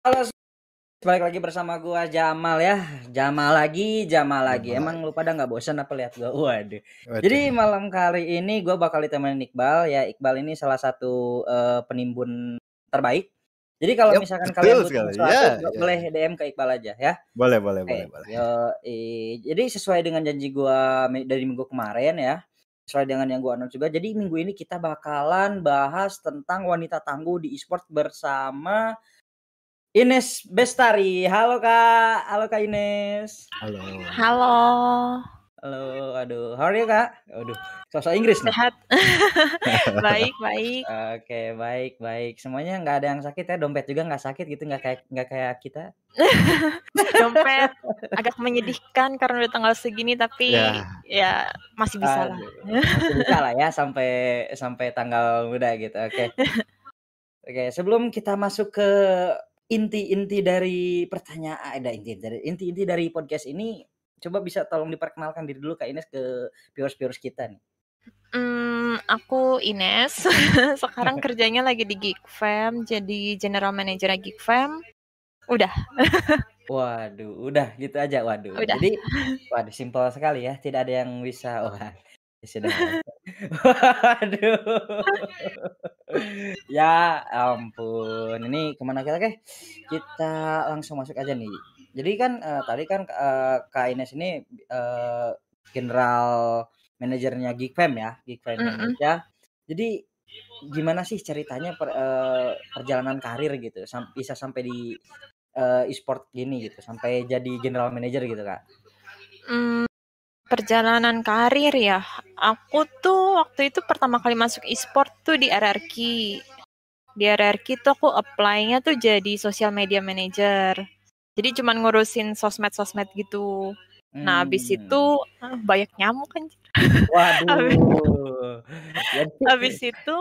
Halo, balik lagi bersama gua Jamal ya. Jamal lagi. Emang lu pada nggak bosan apa lihat gua? Waduh. Jadi Waduh. malam kali ini gua bakal ditemenin Iqbal ya. Iqbal ini salah satu penimbun terbaik. Jadi kalau Yap, misalkan betul kalian butuh sekali. sesuatu, Ya, ya, boleh ya. DM ke Iqbal aja ya. Boleh, boleh, boleh, Oke, boleh. jadi sesuai dengan janji gua dari minggu kemarin ya. Sesuai dengan yang gua announce juga. Jadi minggu ini kita bakalan bahas tentang wanita tangguh di e-sport bersama Ines Bestari. Halo Kak Ines. Halo. Halo, Halo, aduh, how are you Kak? Aduh, sosok Inggris nih. sehat? Baik, baik. Oke, baik. Semuanya nggak ada yang sakit ya, dompet juga nggak sakit gitu, nggak kayak kita. Dompet agak menyedihkan karena udah tanggal segini, tapi Ya, ya masih bisa lah. Aduh, masih bisa lah ya sampai tanggal muda gitu. Oke, sebelum kita masuk ke inti-inti dari pertanyaan, inti-inti dari podcast ini, coba bisa tolong diperkenalkan diri dulu Kak Ines ke viewers kita nih. Aku Ines. Sekarang kerjanya lagi di Geekfam, jadi general manager Geekfam. Udah. Waduh, udah gitu aja. Waduh. Udah. Jadi, waduh simpel sekali ya. Tidak ada yang bisa. Wah, ya sudah. Waduh. Ya ampun. Ini kemana kita Keh? Kita langsung masuk aja nih. Jadi kan tadi kan Kak Ines ini general manajernya Geekfam ya, Geekfam Indonesia. Jadi gimana sih ceritanya perjalanan karir gitu bisa sampai di e-sport gini gitu, sampai jadi general manager gitu, Kak? Perjalanan karir ya. Aku tuh waktu itu pertama kali masuk e-sport tuh di RRQ. Di RRQ tuh aku apply-nya tuh jadi social media manager. Jadi cuman ngurusin sosmed-sosmed gitu. Nah, habis itu banyak nyamuk kan. Waduh. Habis itu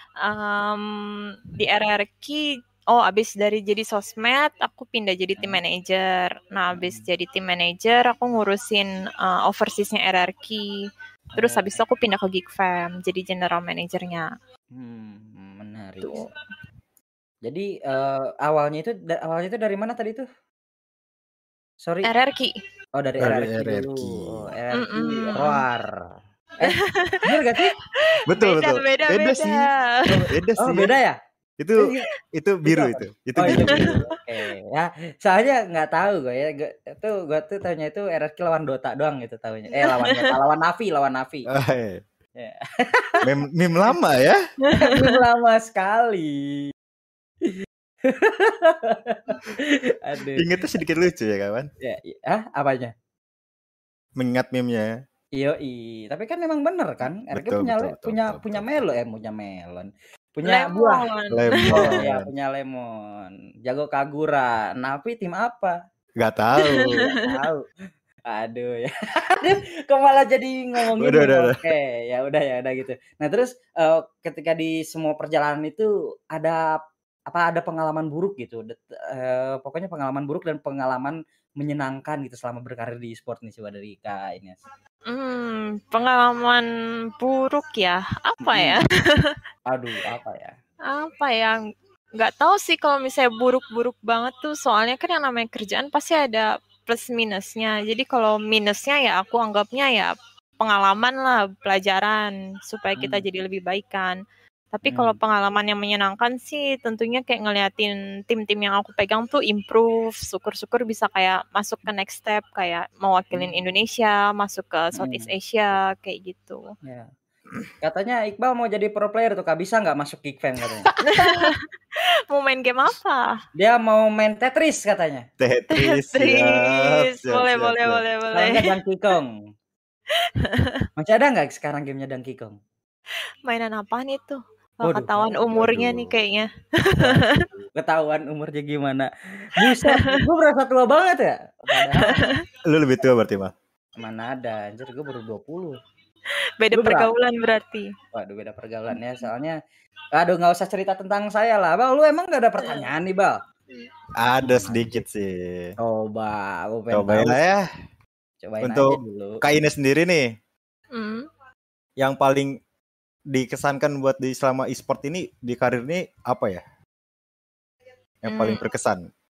di RRQ, habis dari jadi sosmed, aku pindah jadi tim manager. Nah, habis jadi tim manager, aku ngurusin overseas-nya RRQ. Terus habis itu aku pindah ke Geekfam, jadi general manajernya. Menarik. Tuh. Jadi awalnya itu dari mana tadi tuh? Sorry. RRQ. Oh, dari RRQ dulu. Oh, RRQ Roar. Bener gak sih? betul. Beda sih. Beda sih. Oh, beda ya? Itu biru itu. Itu Oh, biru. itu biru. Oke. Ya, soalnya nggak tahu gue ya. Gue tuh taunya itu RRQ lawan Dota doang gitu taunya. Lawan Dota, lawan Navi. Ya. Meme lama ya? Meme lama sekali. Aduh. Ingatnya sedikit lucu ya kawan? Ya, apanya? Mengingat meme-nya. Yoi, tapi kan memang bener kan? RRQ punya melon. Punya buah. Lemon. Ya, punya lemon. Jago Kagura. Navi tim apa? Gak tahu. Aduh ya. Kok malah jadi ngomongin Udah. Oke, ya udah gitu. Nah, terus ketika di semua perjalanan itu ada pengalaman buruk gitu. Pokoknya pengalaman buruk dan pengalaman menyenangkan gitu selama berkarir di e-sport nih coba dari Kak Ines. Pengalaman buruk ya. Apa ya? Aduh, apa ya? Apa ya? Nggak tahu sih kalau misalnya buruk-buruk banget tuh. Soalnya kan yang namanya kerjaan pasti ada plus minusnya. Jadi kalau minusnya ya aku anggapnya ya pengalaman lah, pelajaran supaya kita jadi lebih baik kan. Tapi kalau pengalaman yang menyenangkan sih tentunya kayak ngeliatin tim-tim yang aku pegang tuh improve. Syukur-syukur bisa kayak masuk ke next step kayak mewakilin Indonesia, masuk ke Southeast Asia kayak gitu. Ya. Katanya Iqbal mau jadi pro player tuh Kak, bisa nggak masuk Geekfam katanya? Mau main game apa? Dia mau main Tetris katanya. Tetris. Boleh. Kalau nggak Donkey Kong. Masih ada nggak sekarang gamenya Donkey Kong? Mainan apaan itu? Ketahuan umurnya nih kayaknya. Ketahuan umurnya gimana? Buset, gue berasa tua banget ya. Padahal lu lebih tua berarti mah. Mana ada, anjir gue baru 20. Beda pergaulan berarti. Waduh, beda pergaulan ya. Soalnya nggak usah cerita tentang saya lah. Bal, lu emang nggak ada pertanyaan nih, Bal? Ada sedikit sih. Cobain ya. Cobain untuk aja dulu. Kak Ines sendiri nih. Yang paling dikesankan buat di selama e-sport ini di karir ini apa ya? Yang paling berkesan?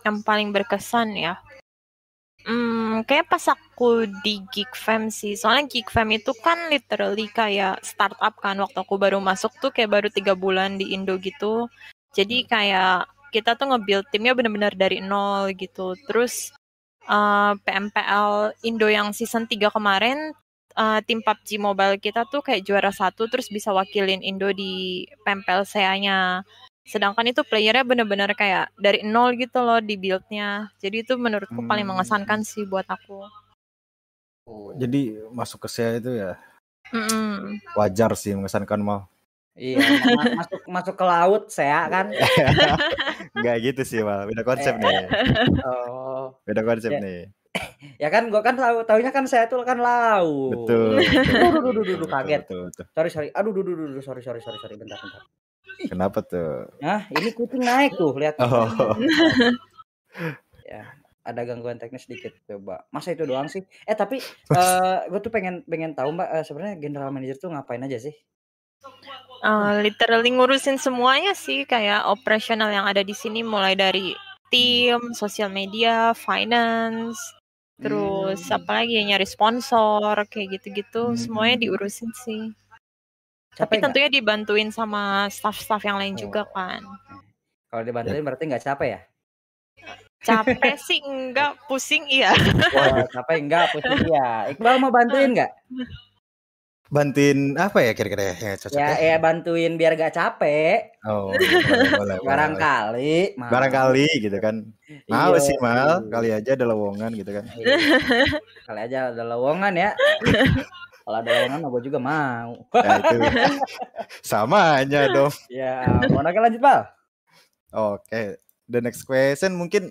yang paling berkesan ya. Kayak pas aku di GeekFam sih. Soalnya GeekFam itu kan literally kayak startup kan. Waktu aku baru masuk tuh kayak baru 3 bulan di Indo gitu. Jadi kayak kita tuh nge-build timnya benar-benar dari nol gitu. Terus PMPL Indo yang season 3 kemarin, tim PUBG Mobile kita tuh kayak juara 1 terus bisa wakilin Indo di PMPL SEA-nya. Sedangkan itu playernya bener-bener kayak dari nol gitu loh di build-nya. Jadi itu menurutku paling mengesankan sih buat aku. Jadi masuk ke SEA itu ya Mm-mm. wajar sih mengesankan Mal. Iya, masuk ke laut SEA kan. Enggak gitu sih Mal, beda konsep nih. Oh. Beda konsep Ya. nih. Ya kan gua kan taunya kan SEA itu kan laut. Betul. Duh, kaget. Betul. Sorry. Aduh, sorry. Bentar. Kenapa tuh? Nah, ini kucing naik tuh, lihat. Oh. Ya, ada gangguan teknis sedikit coba. Masa itu doang sih? Tapi gue tuh pengen tahu Mbak, sebenarnya general manager tuh ngapain aja sih? Literally ngurusin semuanya sih, kayak operasional yang ada di sini, mulai dari tim, sosial media, finance, terus apa lagi ya, nyari sponsor kayak gitu-gitu, semuanya diurusin sih. Tapi tentunya dibantuin sama staff-staff yang lain juga kan. Kalau dibantuin berarti nggak capek ya? Capek sih enggak, pusing iya. Wah, capek enggak, pusing iya. Iqbal mau bantuin nggak? Bantuin apa ya kira-kira yang cocok ya? Ya bantuin biar gak capek. Oh, boleh. Barangkali gitu kan. Mau sih Mal, kali aja ada lowongan gitu kan. Kali aja ada lowongan ya. Kalau ada lowongan gue juga mau. Nah, itu samanya dong. Ya, mau lanjut Bal. Oke, the next question mungkin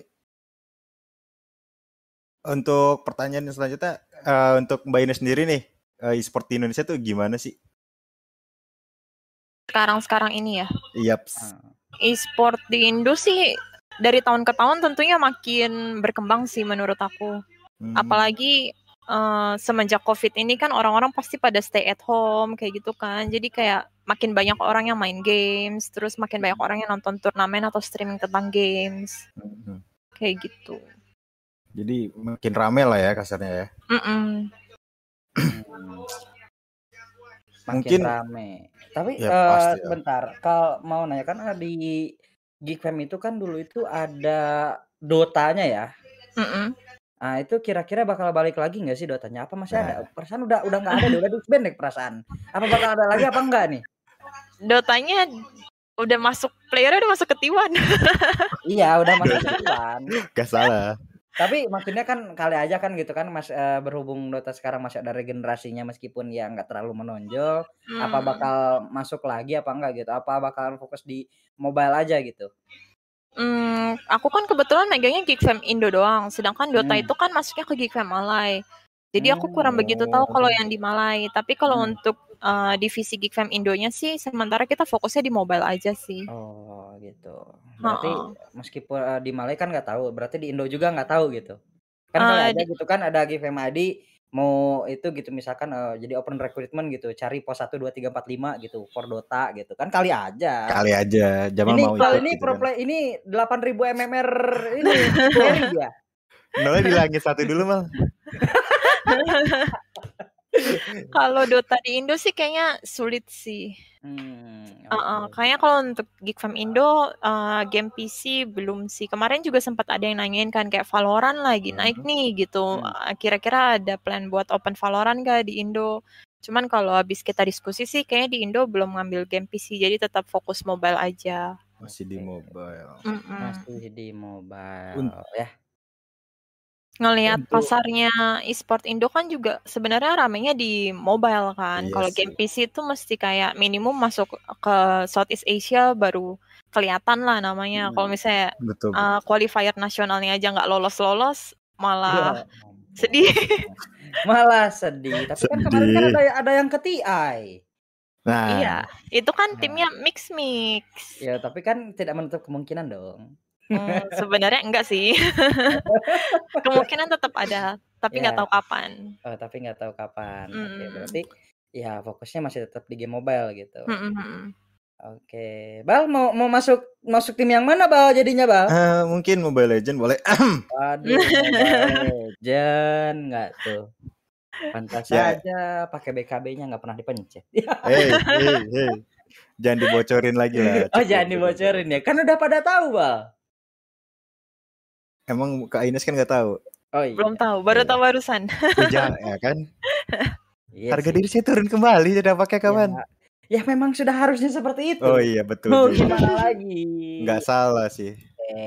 untuk pertanyaan selanjutnya untuk Mbak Ines sendiri nih, e-sport di Indonesia tuh gimana sih? Sekarang ini ya. Yap. E-sport di Indo sih dari tahun ke tahun tentunya makin berkembang sih menurut aku. Apalagi semenjak COVID ini kan orang-orang pasti pada stay at home kayak gitu kan. Jadi kayak makin banyak orang yang main games, terus makin banyak orang yang nonton turnamen atau streaming tentang games. Kayak gitu. Jadi makin rame lah ya kasarnya ya. Makin rame. Tapi ya, bentar, kalau mau nanya kan di GeekFam itu kan dulu itu ada Dotanya ya. Nah itu kira-kira bakal balik lagi nggak sih Dotanya? Apa masih ada? Perasaan udah nggak ada deh, udah disband deh perasaan. Apa bakal ada lagi apa enggak nih? Dotanya udah masuk, playernya udah masuk ke T1. Iya udah masuk ke T1. Gak salah. Tapi maksudnya kan kali aja kan gitu kan Mas, berhubung Dota sekarang masih ada regenerasinya meskipun ya nggak terlalu menonjol. Apa bakal masuk lagi apa enggak gitu? Apa bakal fokus di mobile aja gitu? Aku kan kebetulan megangnya GeekFam Indo doang, sedangkan Dota itu kan masuknya ke GeekFam Malay. Jadi aku kurang begitu tahu kalau yang di Malay. Tapi kalau untuk divisi GeekFam Indonya sih sementara kita fokusnya di mobile aja sih. Oh gitu. Berarti meskipun di Malay kan nggak tahu, berarti di Indo juga nggak tahu gitu. Kan kalau ada gitu kan ada GeekFam Adi mau itu gitu misalkan jadi open recruitment gitu, cari pos 1 2 3 4 5 gitu for Dota gitu. Kan kali aja. Jamal ini mau ikut ini gitu pro play kan. Ini 8.000 mmR ini carry ya. Nolnya di langit satu dulu Mal. Kalau Dota di Indo sih kayaknya sulit sih. Kayaknya kalau untuk GeekFam Indo game PC belum sih. Kemarin juga sempat ada yang nanyain kan kayak Valorant lagi naik nih gitu. Kira-kira ada plan buat open Valorant gak di Indo? Cuman kalau habis kita diskusi sih kayaknya di Indo belum ngambil game PC, jadi tetap fokus mobile aja. Masih di mobile. Masih di mobile ya. Ngelihat pasarnya e-sport Indo kan juga sebenarnya ramenya di mobile kan. Kalau game PC itu mesti kayak minimum masuk ke Southeast Asia baru kelihatan lah namanya. Kalau misalnya qualifier nasionalnya aja nggak lolos malah sedih. Malah sedih. Tapi kan kemarin kan ada yang ke TI. Nah. Iya, itu kan timnya mix. Ya, tapi kan tidak menutup kemungkinan dong. Sebenarnya enggak sih. Kemungkinan tetap ada, tapi nggak tahu kapan. Tapi nggak tahu kapan. Oke, berarti ya fokusnya masih tetap di game mobile gitu. Oke. Bal mau masuk tim yang mana, Bal, jadinya, Bal? Mungkin Mobile Legend boleh. Waduh, Mobile Legend enggak tuh. Pantas Ya. saja pakai BKB-nya nggak pernah dipencet. Hey. Jangan dibocorin lagi lah. Oh, jangan dibocorin ya. Kan udah pada tahu, Bal. Emang Kak Ines kan nggak tahu. Oh iya. Belum tahu, baru tahu barusan. Ya kan? Iya Harga sih. diri saya turun kembali, sudah pakai kawan. Ya memang sudah harusnya seperti itu. Oh iya, betul. Mau gimana lagi? Nggak salah sih.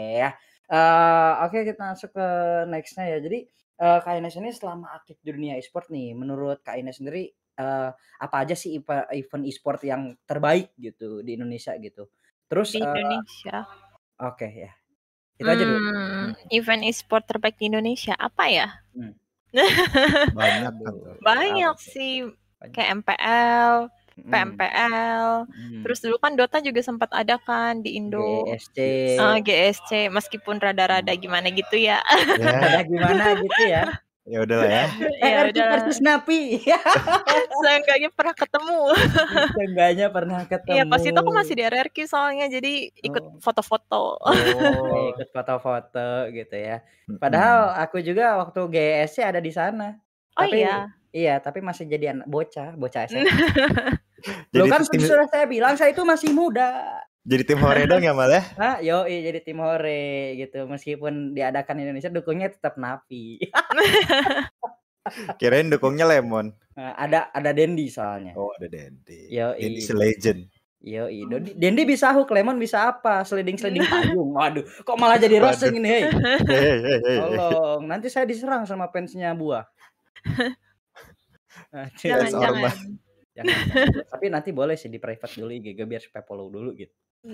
Oke, kita masuk ke nextnya ya. Jadi Kak Ines ini selama aktif di dunia e-sport nih, menurut Kak Ines sendiri apa aja sih event e-sport yang terbaik gitu di Indonesia gitu? Terus Di Indonesia. Oke ya. Itu aja dulu. Event e-sport terbaik di Indonesia apa ya? Banyak kan. Banyak sih. Kayak MPL, PMPL. Terus dulu kan Dota juga sempat ada kan di Indo. GSC meskipun rada-rada gimana gitu ya. Rada gimana gitu ya. Ya udahlah ya. RRQ versus Napi. Seenggaknya pernah ketemu. Iya, pas itu aku masih di RRQ soalnya, jadi ikut foto-foto. Ikut foto-foto gitu ya. Padahal aku juga waktu GSC ada di sana. Tapi iya, tapi masih jadi anak bocah SMP. Loh kan sudah saya bilang saya itu masih muda. Jadi tim Hore dong ya Mal ya? Jadi tim Hore gitu. Meskipun diadakan Indonesia, dukungnya tetap Napi. Kirain dukungnya Lemon. Ada Dendi soalnya. Oh, ada Dendi. Dendi legend. Dendi bisa hook, Lemon bisa apa? Sliding payung. Waduh, kok malah jadi roasting ini, hei. Tolong, nanti saya diserang sama fansnya Buah. Jangan. Tapi nanti boleh sih di private dulu IG biar supaya follow dulu gitu.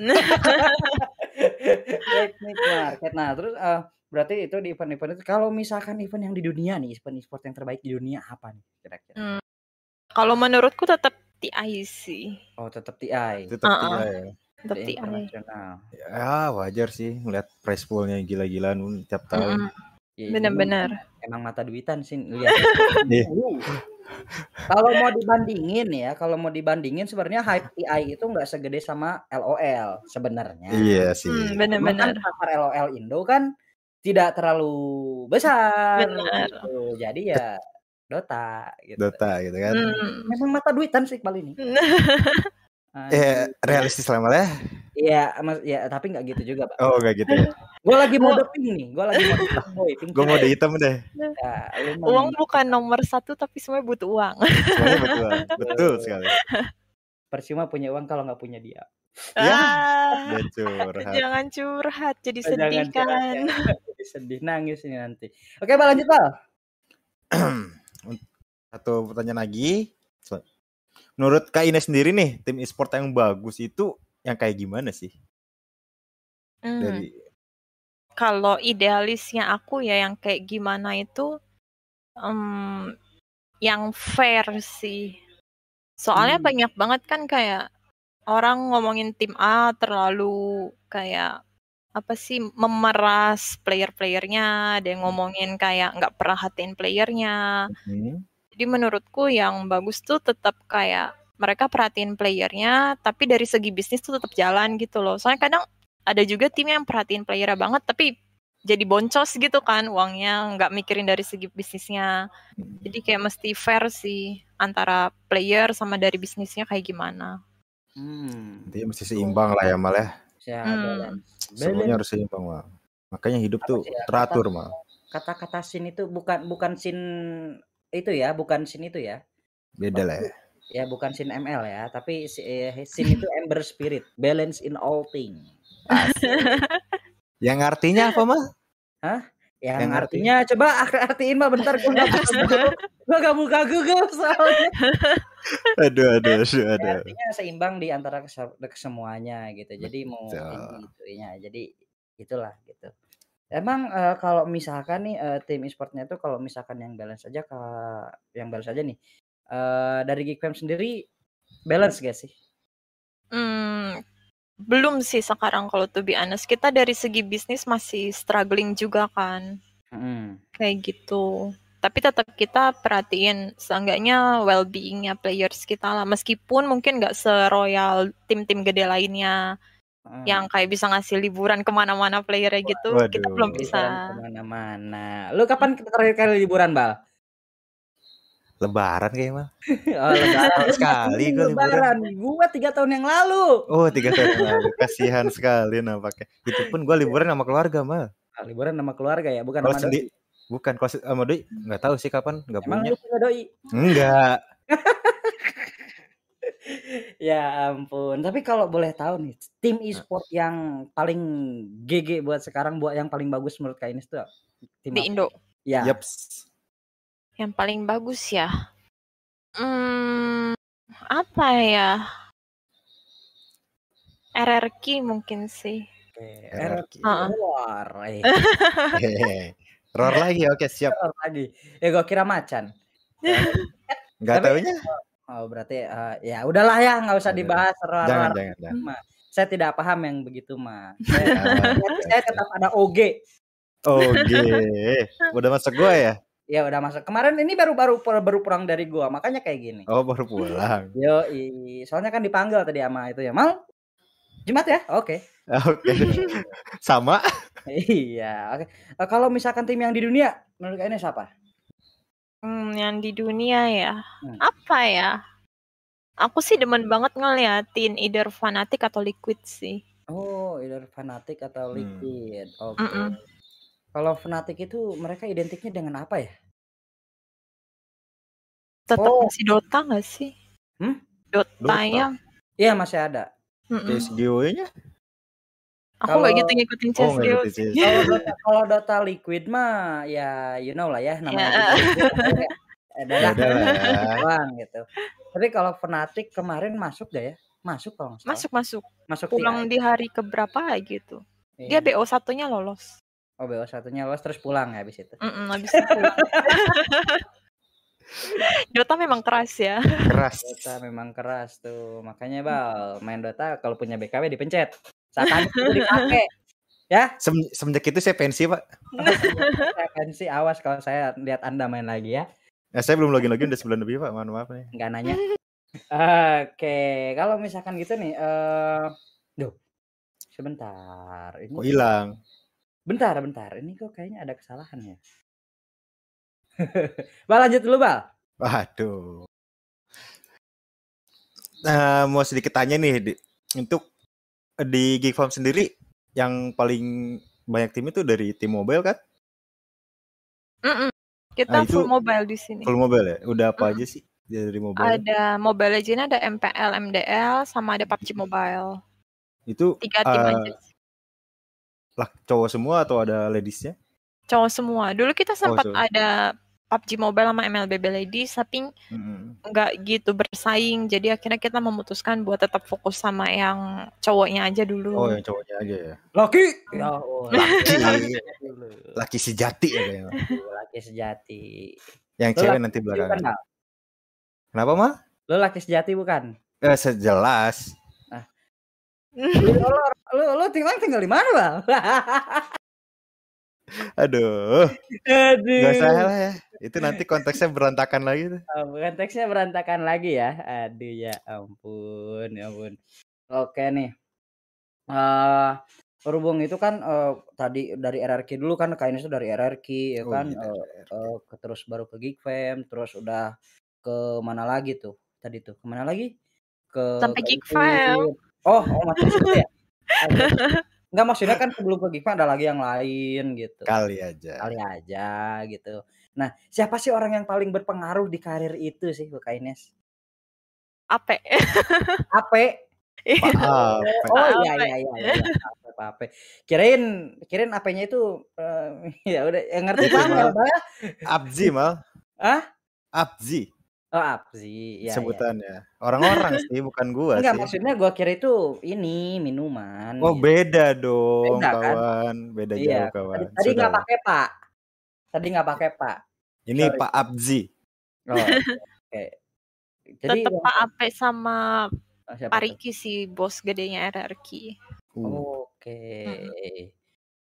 Teknik market. Nah, terus berarti itu di event-event itu. Kalau misalkan event yang di dunia nih, event e-sport yang terbaik di dunia apa nih kira-kira? Kalau menurutku tetap TI sih. Oh, tetap TI. Tetap TI. Tetap TI. Ya, wajar sih ngeliat prize pool-nya gila-gilaan tiap tahun. Benar-benar. Emang mata duitan sih lihat. Kalau mau dibandingin sebenarnya hype TI itu nggak segede sama LOL sebenarnya. Iya sih. Benar-benar. Pasar LOL Indo kan tidak terlalu besar. Benar. Gitu. Jadi ya Dota gitu. Gitu kan. Memang mata duitan sih Iqbal ini. Realistis lah Mal ya. Iya, tapi nggak gitu juga, Pak. Oh, nggak gitu ya. Gue lagi mode pink nih. Gue mode hitam deh. Uang bukan nomor satu, tapi semuanya butuh uang. Semuanya butuh uang. Betul sekali. Percuma punya uang kalau nggak punya dia. Jangan curhat, jadi sedih kan. Jadi sedih, nangis ini nanti. Oke, Bal, lanjut, Bal. Satu pertanyaan lagi. Menurut Kak Ines sendiri nih, tim e-sport yang bagus itu yang kayak gimana sih? Kalau idealisnya aku ya yang kayak gimana itu yang fair sih. Soalnya banyak banget kan kayak orang ngomongin tim A terlalu kayak apa sih memeras player-playernya, ada yang ngomongin kayak nggak perhatiin playernya. Jadi menurutku yang bagus tuh tetap kayak mereka perhatiin playernya, tapi dari segi bisnis tuh tetap jalan gitu loh. Soalnya kadang ada juga tim yang perhatiin playernya banget, tapi jadi boncos gitu kan uangnya, nggak mikirin dari segi bisnisnya. Jadi kayak mesti fair sih antara player sama dari bisnisnya kayak gimana. Intinya mesti seimbang lah ya Mal ya. Semuanya harus seimbang Mal. Makanya hidup tuh teratur Mal. Kata-kata sin itu bukan sin itu ya, bukan sin itu ya. Beda lah ya. Ya bukan sin ML ya, tapi sin itu Ember Spirit, balance in all things. Yang artinya apa Mal? Yang artinya coba artiin Mal bentar, gue gak buka Google soalnya. Aduh. Artinya seimbang di antara kesemuanya gitu. Jadi mau gitu ya. Jadi itulah gitu. Emang kalau misalkan nih tim e-sportnya itu kalau misalkan yang balance aja nih. Dari Geekfam sendiri balance gak sih? Belum sih sekarang kalau to be honest. Kita dari segi bisnis masih struggling juga kan. Kayak gitu. Tapi tetap kita perhatiin seenggaknya well-beingnya players kita lah. Meskipun mungkin nggak seroyal tim-tim gede lainnya yang kayak bisa ngasih liburan kemana-mana playernya gitu. Waduh. Kita belum bisa. Kemana-mana. Lu kapan terakhir kali liburan, Bal? Lebaran kayaknya mah. Oh, lebaran sekali gue liburan. Gua 3 tahun yang lalu. Oh, 3 tahun yang lalu. Kasihan sekali nampaknya. Itu pun gue liburan sama keluarga mah. Liburan sama keluarga ya, bukan sama doi. Bukan kalau sama doi nggak tahu sih kapan, nggak punya. Emang lu punya doi? Enggak. Ya ampun. Tapi kalau boleh tahu nih, tim e-sport yang paling GG buat sekarang, buat yang paling bagus menurut Kak Ines tuh tim di Indo. Ya. Yaps. Yang paling bagus ya. Apa ya? RRQ mungkin sih. RRQ. Roar lagi, oke siap. Roar lagi. Ya gue kira macan. Nggak taunya. Oh berarti ya udahlah ya, nggak usah dibahas. Jangan. Saya tidak paham yang begitu mah. Saya tetap ada OG. Udah masuk gua ya? Ya udah masuk. Kemarin ini baru pulang dari gua, makanya kayak gini. Oh baru pulang. Soalnya kan dipanggil tadi sama itu ya, Mal. Jumat ya? Oke. Sama. Iya, oke. Kalau misalkan tim yang di dunia, menurut kalian siapa? Yang di dunia ya. Apa ya? Aku sih demen banget ngeliatin either Fnatic atau Liquid sih. Oh, either Fnatic atau Liquid. Oke. Kalau Fnatic itu mereka identiknya dengan apa ya? Tetap masih Dota nggak sih? Dota-nya? Iya masih ada. CSGO-nya? Aku nggak gitu ngikutin CSGO. Kalau Dota Liquid mah ya you know lah ya namanya. Doang gitu. Tapi kalau Fnatic kemarin masuk gak ya? Masuk kalau nggak salah. Masuk. Pulang di hari keberapa gitu. Dia BO 1-nya lolos. Oh BO 1-nya lolos terus pulang ya habis itu. Habis itu. Dota memang keras ya. Dota memang keras tuh. Makanya Bal, main Dota kalau punya BKW dipencet. Saat itu dipakai. Ya. Semenjak itu saya pensi, Pak. Saya pensi, awas kalau saya lihat Anda main lagi ya. Saya belum login udah sebulan lebih, Pak. Mohon maaf nih. Enggak nanya. Oke, kalau misalkan gitu nih, sebentar. Ini kok hilang? Bentar. Ini kok kayaknya ada kesalahan ya. Bal lanjut dulu, Bal. Waduh. Mau sedikit tanya nih, untuk di Geekfarm sendiri yang paling banyak tim itu dari tim mobile kan? Kita full mobile di sini. Full mobile ya? Udah apa aja sih dari mobile? Ada Mobile Legends, ada MPL, MDL, sama ada PUBG Mobile. Itu 3 tim aja. Lah cowok semua atau ada ladiesnya? Cowok semua. Dulu kita sempat ada PUBG Mobile sama MLBB Ladies, tapi nggak gitu bersaing. Jadi akhirnya kita memutuskan buat tetap fokus sama yang cowoknya aja dulu. Oh, yang cowoknya aja ya. Laki. Laki sejati ya kayaknya. Laki sejati. Yang cewek nanti belakangan. Kenapa, Mal? Lo laki sejati bukan? Sejelas. Lo tinggal di mana, Bang? Aduh. Gak salah ya. Itu nanti konteksnya berantakan lagi tuh. Konteksnya berantakan lagi ya. Aduh ya ampun. Oke nih. Berhubung itu kan tadi dari RRQ dulu kan, Kak Ines itu dari RRQ ya kan. Terus baru ke Geekfam, terus udah ke mana lagi tuh? Tadi tuh kemana lagi? Sampai Geekfam. Oh masih situ ya? Enggak, maksudnya kan sebelum ke Geekfam ada lagi yang lain gitu. Kali aja gitu. Nah, siapa sih orang yang paling berpengaruh di karir itu sih, Kak Ines? Ape. Oh iya. Ape. Kirain Ape-nya itu ya udah ngerti banget ya. Abzi, Mal. Abzi. Oh, Abzi. Ya, sebutannya. Ya. Orang-orang sih, bukan gua. Enggak, maksudnya gua kira itu ini minuman. Oh, gitu. Beda dong, beda, kawan. Kan? Beda jauh, kawan. Tadi nggak pakai Pak. Ini sorry. Pak Abzi. Oh, oke. Jadi tetap Pak Ape sama Pak Riki sih, bos gedenya RRQ. Oke.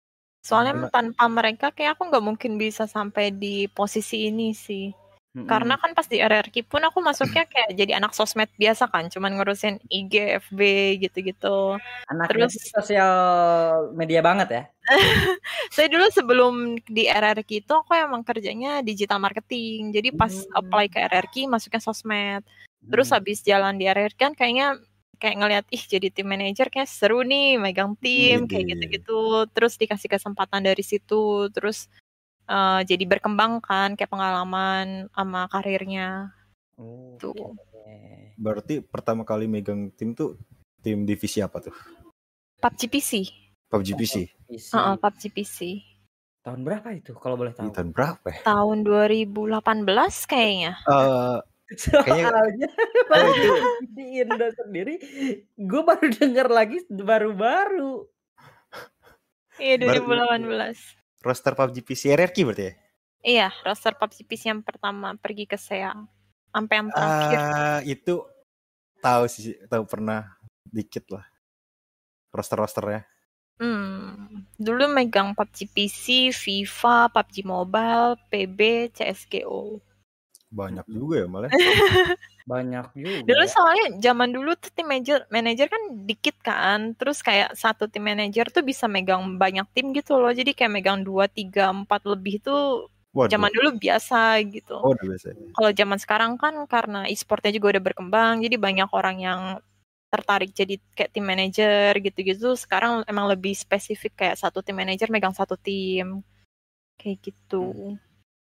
Soalnya tanpa mereka kayak aku nggak mungkin bisa sampai di posisi ini sih. Karena kan pas di RRQ pun aku masuknya kayak jadi anak sosmed biasa kan, cuman ngurusin IG, FB gitu-gitu. Anaknya Terus sosial media banget ya. saya dulu sebelum di RRQ itu aku emang kerjanya digital marketing. Jadi pas apply ke RRQ masuknya sosmed. Terus habis jalan di RRQ kan kayaknya kayak ngeliat jadi tim manajer kayak seru nih megang tim kayak gitu-gitu. Terus dikasih kesempatan dari situ. Terus jadi berkembang kan kayak pengalaman sama karirnya. Tuh. Berarti pertama kali megang tim tuh tim divisi apa tuh? PUBG PC. PUBG PC. PUBG PC. Tahun berapa itu kalau boleh tahu? Tahun berapa ya? Tahun 2018 kayaknya. Soalnya di Indo sendiri gue baru dengar lagi baru-baru. Iya 2018. Roster PUBG PC RRQ berarti ya? Iya, roster PUBG PC yang pertama pergi ke SEA. Sampai yang terakhir. Itu tahu pernah dikit lah. Roster-rosternya. Dulu megang PUBG PC, FIFA, PUBG Mobile, PB, CSGO. Banyak juga ya malah. Banyak juga. Dulu soalnya zaman dulu tuh tim manajer kan dikit kan. Terus kayak satu tim manajer tuh bisa megang banyak tim gitu loh. Jadi kayak megang 2, 3, 4 lebih tuh zaman dulu biasa gitu. Oh, udah biasa. Kalau zaman sekarang kan karena e-sportnya juga udah berkembang. Jadi banyak orang yang tertarik jadi kayak tim manajer gitu-gitu. Sekarang emang lebih spesifik kayak satu tim manajer megang satu tim. Kayak gitu.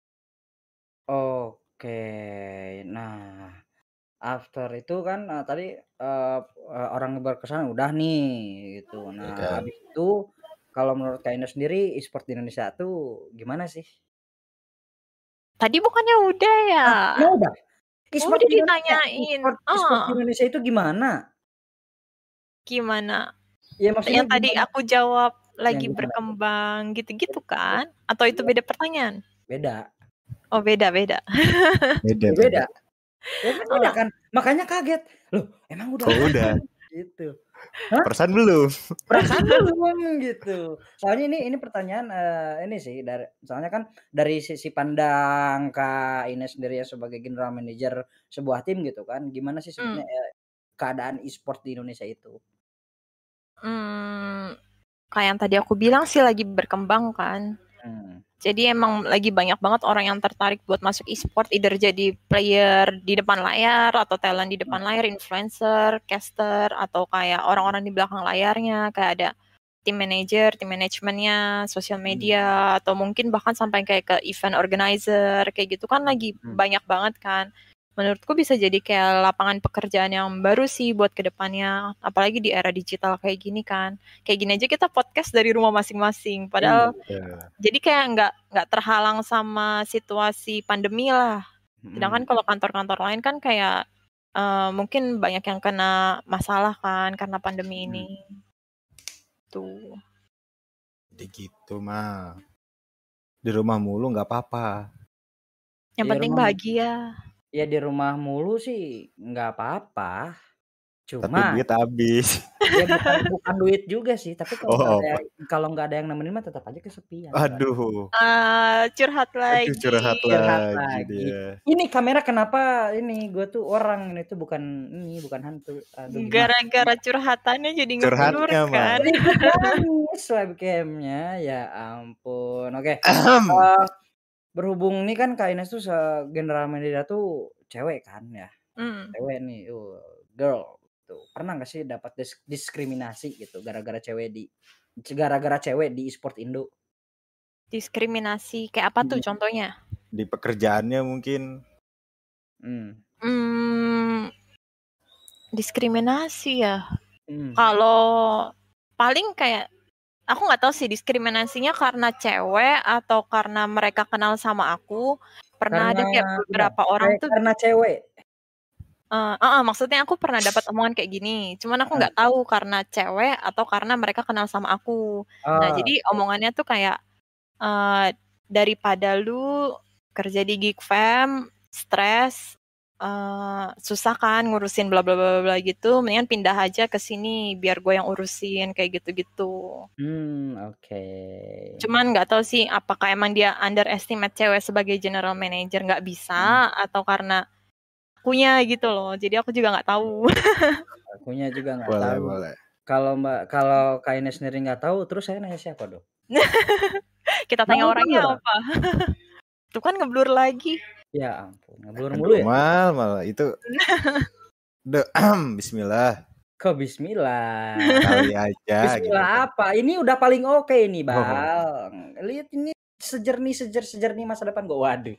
Oke. Nah, after itu kan tadi orang berkesan udah nih gitu. Nah, habis itu kalau menurut Kak Ina sendiri e-sport di Indonesia tuh gimana sih? Tadi bukannya udah ya? Udah. E-sport udah ditanyain. E-sport di Indonesia itu gimana? Gimana? Ya maksudnya yang tadi aku jawab lagi berkembang gitu-gitu kan? Atau itu beda pertanyaan? Beda. Oh beda. Beda. Ya beda kan? Makanya kaget. Loh, emang udah? Oh, udah. Gitu. Perasaan belum gitu. Soalnya ini pertanyaan ini sih soalnya kan dari sisi pandang Kak Ines sendiri ya sebagai general manager sebuah tim gitu kan. Gimana sih sebenarnya keadaan e-sport di Indonesia itu? Kayak yang tadi aku bilang sih lagi berkembang kan. Jadi emang lagi banyak banget orang yang tertarik buat masuk e-sport, either jadi player di depan layar atau talent di depan layar, influencer, caster, atau kayak orang-orang di belakang layarnya, kayak ada tim manager, tim manajemennya, sosial media, atau mungkin bahkan sampai kayak ke event organizer, kayak gitu kan lagi banyak banget kan. Menurutku bisa jadi kayak lapangan pekerjaan yang baru sih buat kedepannya, apalagi di era digital kayak gini kan. Kayak gini aja kita podcast dari rumah masing-masing, padahal jadi kayak nggak terhalang sama situasi pandemi lah. Sedangkan kalau kantor-kantor lain kan kayak mungkin banyak yang kena masalah kan karena pandemi ini. Tuh. Jadi gitu mah. Di rumah mulu nggak apa-apa. Yang penting bahagia. Ya di rumah mulu sih nggak apa-apa. Cuma tapi duit habis. Ya bukan duit juga sih, tapi kalau nggak ada yang nemenin mah tetap aja kesepian. Aduh. Curhat lagi. Curhat lagi dia. Ini kamera kenapa ini gue tuh orang ini tuh bukan hantu. Gara-gara curhatannya jadi ngeblur kan. Webcamnya ya ampun. Oke. Berhubung nih kan Kak Ines tuh general manager tuh cewek kan ya. Cewek nih, girl. Tuh. Pernah nggak sih dapat diskriminasi gitu gara-gara cewek di e-sport Indo? Diskriminasi kayak apa tuh contohnya? Di pekerjaannya mungkin. Diskriminasi ya. Kalau paling kayak aku nggak tahu sih diskriminasinya karena cewek atau karena mereka kenal sama aku. Pernah ada kayak beberapa orang tuh karena cewek. Maksudnya aku pernah dapat omongan kayak gini. Cuman aku nggak tahu karena cewek atau karena mereka kenal sama aku. Nah jadi omongannya tuh kayak daripada lu kerja di Geek Fam, stres, susah kan ngurusin bla bla bla bla gitu, mendingan pindah aja ke sini biar gue yang urusin kayak gitu-gitu. Oke. Cuman nggak tahu sih apakah emang dia underestimate cewek sebagai general manager nggak bisa atau karena akunya gitu loh. Jadi aku juga nggak tahu. Akunya juga nggak tahu. Boleh. Kalau Kak Ines sendiri nggak tahu, terus saya nanya siapa dong? Kita tanya orangnya apa? Tuh kan ngeblur lagi. Ya ampun, ngeblur mulu ya. Malah itu. Bismillah. Kok bismillah? Kali aja. Bismillah gitu. Apa? Ini udah paling oke nih, Bang. Lihat ini sejernih masa depan gue. Waduh.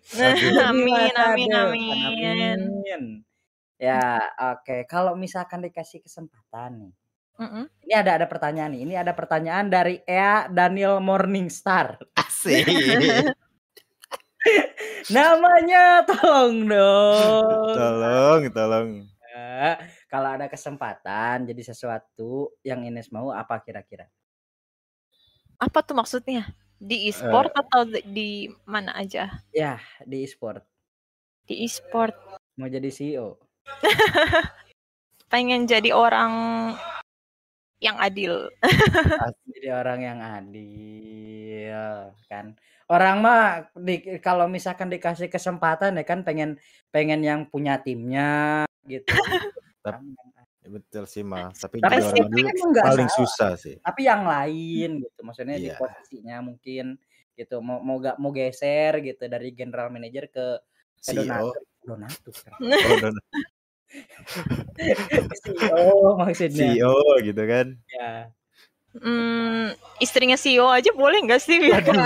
Amin. Ya, oke. Kalau misalkan dikasih kesempatan nih. Ini ada pertanyaan nih. Ini ada pertanyaan dari Ea Daniel Morningstar. Asik. Namanya tolong dong. Tolong. Kalau ada kesempatan jadi sesuatu yang Ines mau, apa kira-kira? Apa tuh maksudnya? Di e-sport atau di mana aja? Ya, di e-sport. Di e-sport. Mau jadi CEO. Pengen jadi orang yang adil. Jadi orang yang adil kan. Orang mah kalau misalkan dikasih kesempatan ya kan pengen yang punya timnya gitu. Betul sih Mas, tapi jadi orang adil paling susah sih. Tapi yang lain gitu, maksudnya di posisinya mungkin gitu mau geser gitu dari general manager ke donatur. CEO maksudnya. CEO gitu kan? Ya. Istrinya CEO aja boleh nggak sih?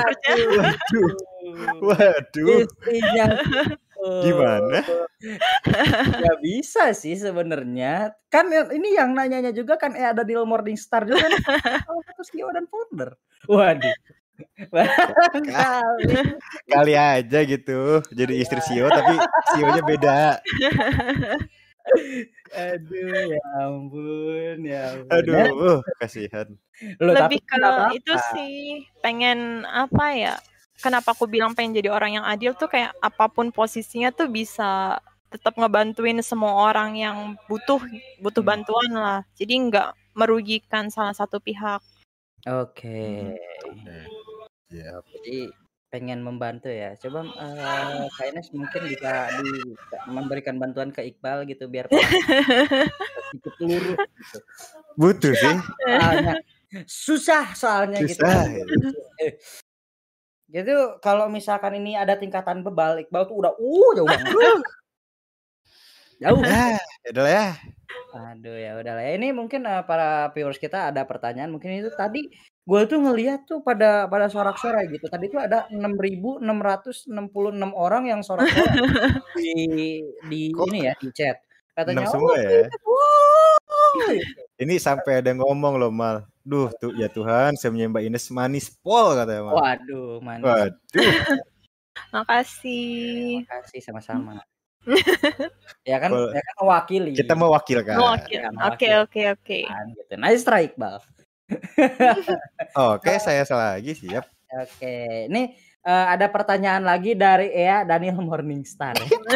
Waduh. Istrinya gimana? Ya bisa sih sebenarnya. Kan ini yang nanyanya juga kan ada di Morningstar juga nih. Terus CEO dan founder. Waduh. Kali aja gitu. Jadi istri CEO tapi CEO-nya beda. Aduh, ya ampun. Aduh, kasihan. Lebih ke itu sih, pengen apa ya? Kenapa aku bilang pengen jadi orang yang adil tuh kayak apapun posisinya tuh bisa tetap ngebantuin semua orang yang butuh bantuan lah. Jadi nggak merugikan salah satu pihak. Oke. Jadi pengen membantu ya. Coba Kak Ines mungkin bisa memberikan bantuan ke Iqbal gitu biar sedikit lurus gitu. Butuh sih. Susah soalnya gitu. Gitu kalau misalkan ini ada tingkatan bebal, Iqbal tuh udah jauh banget. Jauh. Udah ya. Aduh ya udahlah ya. Ini mungkin para viewers kita ada pertanyaan mungkin itu tadi gue tuh ngelihat tuh pada sorak-sorai gitu. Tadi tuh ada 6.666 orang yang sorak-sorai di ini ya di chat. Katanya semua ya. Ini sampai ada ngomong loh Mal. Duh tuh ya Tuhan, saya menyembah Ines manis pol katanya Mal. Waduh, manis. Waduh. Makasih. Makasih sama-sama. Ya kan mewakili. Kita mewakilkan. Oke. Gitu. Nice try Iqbal. Oke, saya salah lagi siap. Oke, ini ada pertanyaan lagi dari Ea Daniel Morningstar.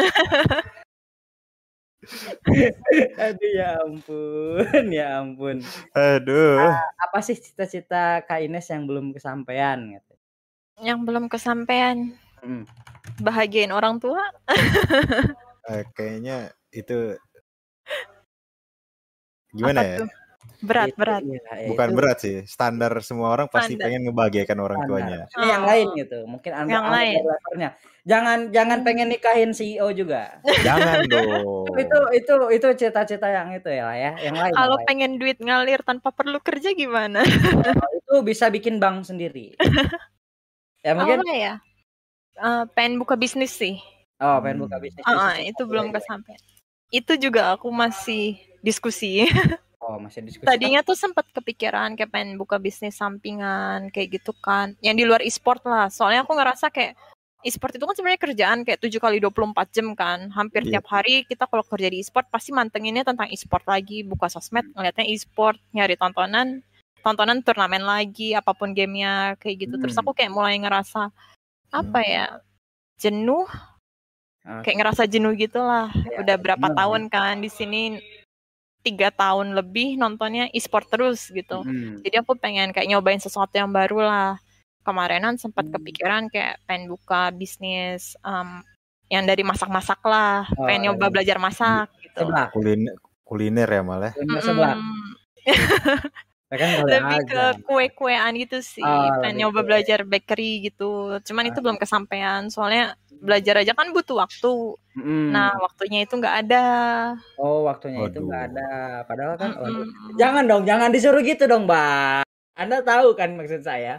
Aduh ya ampun. Aduh. Apa sih cita-cita Kak Ines yang belum kesampaian gitu? Yang belum kesampaian. Bahagiain orang tua. Kayaknya itu gimana ya? Berat. Bukan berat sih. Standar semua orang pasti pengen ngebahagiakan orang tuanya. Ini yang lain gitu. Mungkin yang lain. Jangan pengen nikahin CEO juga. Jangan dong. Itu cita-cita yang itu ya. Yang lain. Kalau pengen duit ngalir tanpa perlu kerja gimana? Itu bisa bikin bank sendiri. Ya mungkin. Apa ya? Pengen buka bisnis sih. Pengen buka bisnis. Itu belum kesampaian. Itu juga aku masih diskusi. Masih diskusi. Tadinya tuh sempat kepikiran kayak pengen buka bisnis sampingan kayak gitu kan. Yang di luar e-sport lah. Soalnya aku ngerasa kayak e-sport itu kan sebenarnya kerjaan kayak 7x24 jam kan. Hampir tiap hari kita kalau kerja di e-sport pasti mantenginnya tentang e-sport lagi. Buka sosmed ngeliatnya e-sport, nyari tontonan turnamen lagi, apapun gamenya kayak gitu. Terus aku kayak mulai ngerasa apa ya, jenuh. Kayak ngerasa jenuh gitu lah. Udah berapa tahun kan di sini, 3 tahun lebih nontonnya e-sport terus gitu. Jadi aku pengen kayak nyobain sesuatu yang baru lah. Kemarinan sempat kepikiran kayak pengen buka bisnis yang dari masak-masak lah. Pengen nyoba belajar masak gitu. Kuliner ya malah. Lebih ke kue-kuean gitu sih. Pengen nyoba belajar bakery gitu. Cuman itu belum kesampaian. Soalnya belajar aja kan butuh waktu. Nah, waktunya itu nggak ada. Waktunya itu nggak ada. Padahal kan, jangan disuruh gitu dong, Mbak. Anda tahu kan maksud saya.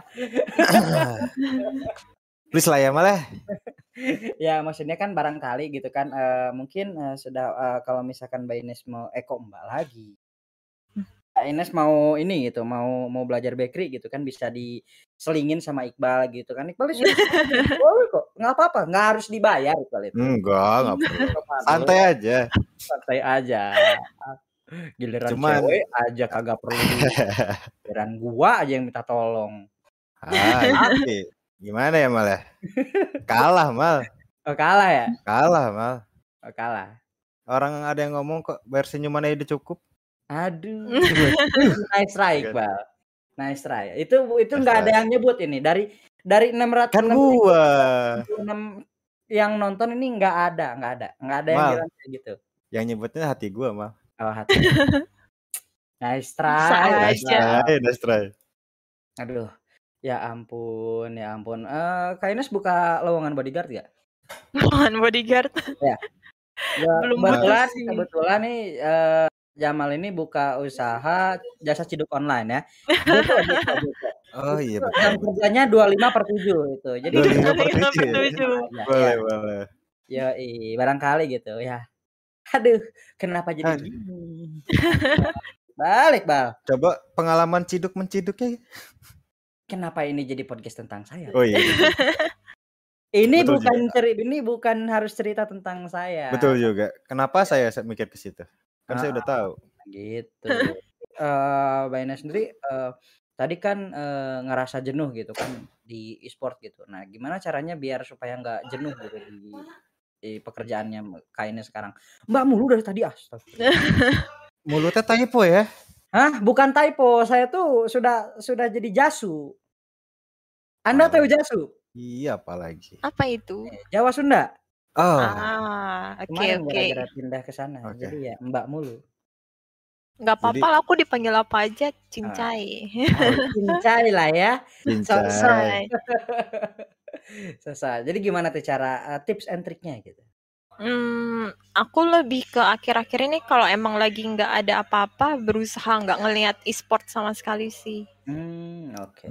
Please lah ya malah. Ya maksudnya kan barangkali gitu kan, mungkin sudah kalau misalkan Mbak Ines mau Mbak lagi. Mbak Ines mau ini gitu, mau belajar bakery gitu kan, bisa diselingin sama Iqbal gitu kan. Iqbal sih boleh kok, nggak apa-apa, nggak harus dibayar Iqbal itu. Enggak perlu. Santai aja. Giliran cewek aja kagak perlu. Giliran gua aja yang minta tolong. Gimana ya malah? Kalah mal. Kalah ya? Kalah mal. Kalah. Orang ada yang ngomong kok bayar senyuman aja udah cukup. Aduh. Nice try, Iqbal. Nice try. Itu nggak ada yang nyebut ini dari 600 kan gua yang nonton ini nggak ada yang bilang kayak gitu. Yang nyebutnya hati gua mal. Hati. Nice try. Aduh. Ya ampun. Kak Ines buka lowongan bodyguard gak? Lowongan bodyguard? Ya. Belum kebetulan nih Jamal ini buka usaha jasa ciduk online ya. Betul. Oh iya betul. Jam kerjanya 25/7 itu. Jadi 25/7. Boleh. Ya, barangkali gitu ya. Aduh, kenapa jadi gini? Balik, Bal. Coba pengalaman ciduk menciduknya. Kenapa ini jadi podcast tentang saya? Oh iya. Ini bukan harus cerita tentang saya. Betul juga. Kenapa saya mikir ke situ? Kan saya udah tahu. Gitu. Mbak Ines sendiri tadi kan ngerasa jenuh gitu kan di e-sport gitu. Nah, gimana caranya biar supaya nggak jenuh gitu di pekerjaannya Kak Ines sekarang? Mbak mulu dari tadi Mulutnya typo ya? Hah? Bukan typo. Saya tuh sudah jadi jasu. Anda tahu jasu? Iya, apalagi. Apa itu? Jawa Sunda. Oke. Gara-gara pindah ke sana. Jadi ya Mbak mulu. Nggak apa-apa lah, aku dipanggil apa aja, Cincai. Cincai lah ya. Cincai. Selesai. Jadi gimana tuh cara tips and triknya gitu? Aku lebih ke akhir-akhir ini kalau emang lagi nggak ada apa-apa, berusaha nggak ngelihat e-sport sama sekali sih. Oke.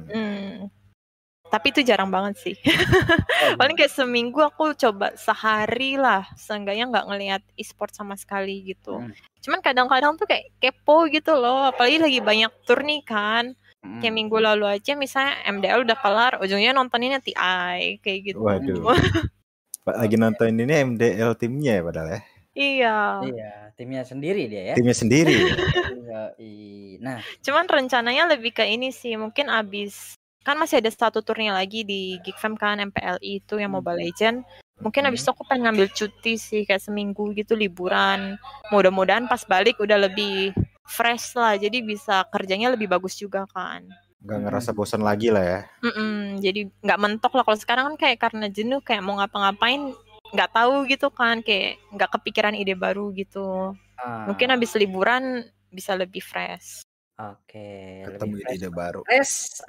Tapi itu jarang banget sih. Paling kayak seminggu aku coba sehari lah, seenggaknya nggak ngelihat e-sport sama sekali gitu. Cuman kadang-kadang tuh kayak kepo gitu loh, apalagi lagi banyak turni kan. Kayak minggu lalu aja misalnya MDL udah kelar, ujungnya nontoninnya TI kayak gitu. Waduh. Lagi nonton ini MDL timnya ya padahal ya. Iya, timnya sendiri dia ya. Timnya sendiri. Nah, cuman rencananya lebih ke ini sih, mungkin abis kan masih ada 1 turni lagi di Geekfam kan, MPLI itu yang Mobile Legend. Mungkin abis itu aku pengen ngambil cuti sih, kayak seminggu gitu liburan. Mudah-mudahan pas balik udah lebih fresh lah, jadi bisa kerjanya lebih bagus juga kan. Gak ngerasa bosan lagi lah ya. Jadi nggak mentok lah. Kalau sekarang kan kayak karena jenuh, kayak mau ngapa-ngapain nggak tahu gitu kan, kayak nggak kepikiran ide baru gitu. Mungkin abis liburan bisa lebih fresh. Oke. Ketemu ide baru. Fresh.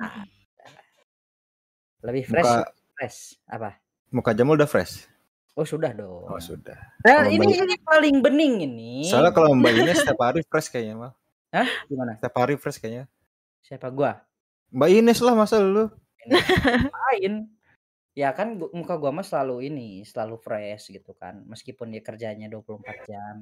Lebih fresh. Apa? Muka Jamal udah fresh? Oh sudah dong. Oh sudah. Ini paling bening ini. Soalnya kalau Mbak Ines setiap hari fresh kayaknya mal. Hah? Gimana? Setiap hari fresh kayaknya. Siapa gua? Mbak Ines lah, masa lu? Lain. Ya kan muka gua mah selalu fresh gitu kan. Meskipun dia kerjanya 24 jam.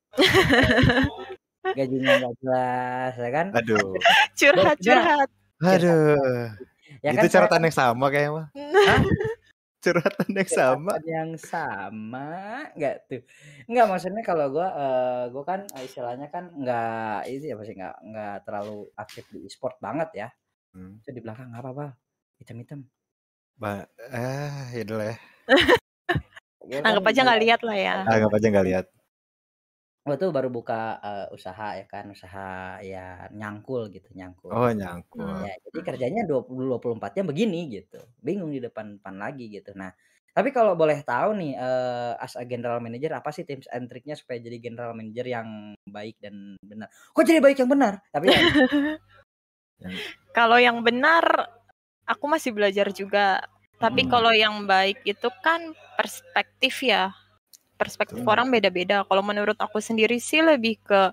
Gajinya nggak jelas ya kan? Aduh. Curhat. Aduh. Ya itu kan, curhatan yang sama kayaknya mah. Curhatan yang sama nggak tuh? Nggak, maksudnya kalau gue kan istilahnya kan nggak ini apa sih, nggak terlalu aktif di e-sport banget ya. Itu di belakang apa hitam-hitam. Ya udah lah. Anggap aja nggak lihat lah ya. Anggap aja nggak lihat. Gue tuh baru buka usaha ya kan, usaha ya nyangkul gitu, nyangkul. Oh, nyangkul. Ya, jadi kerjanya 24 jam begini gitu. Bingung di depan lagi gitu. Nah, tapi kalau boleh tahu nih as a general manager apa sih tips and triknya supaya jadi general manager yang baik dan benar? Kok jadi baik yang benar? Tapi ya kalau yang benar aku masih belajar juga. Tapi kalau yang baik itu kan perspektif ya. Perspektif orang beda-beda. Kalau menurut aku sendiri sih lebih ke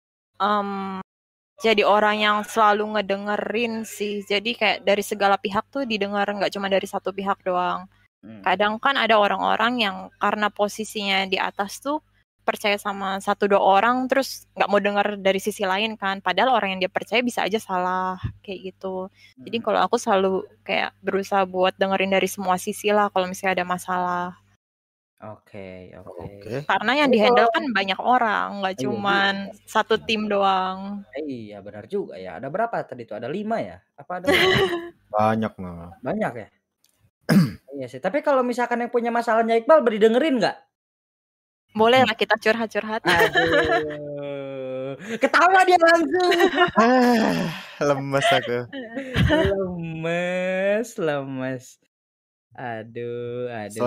jadi orang yang selalu ngedengerin sih. Jadi kayak dari segala pihak tuh didengar, nggak cuma dari satu pihak doang. Kadang kan ada orang-orang yang karena posisinya di atas tuh percaya sama 1-2 orang terus nggak mau dengar dari sisi lain kan. Padahal orang yang dia percaya bisa aja salah kayak gitu. Jadi kalau aku selalu kayak berusaha buat dengerin dari semua sisi lah kalau misalnya ada masalah. Oke. Karena yang di-handle kan banyak orang, nggak cuman satu tim doang. Iya, benar juga ya. Ada berapa tadi itu? Ada 5 ya? Apa ada Banyak malah. Banyak ya? Iya sih. Tapi kalau misalkan yang punya masalahnya Iqbal didengerin nggak? Boleh lah kita curhat-curhat. Aduh. Ketawa dia langsung. Lemes aku. Lemes. Aduh.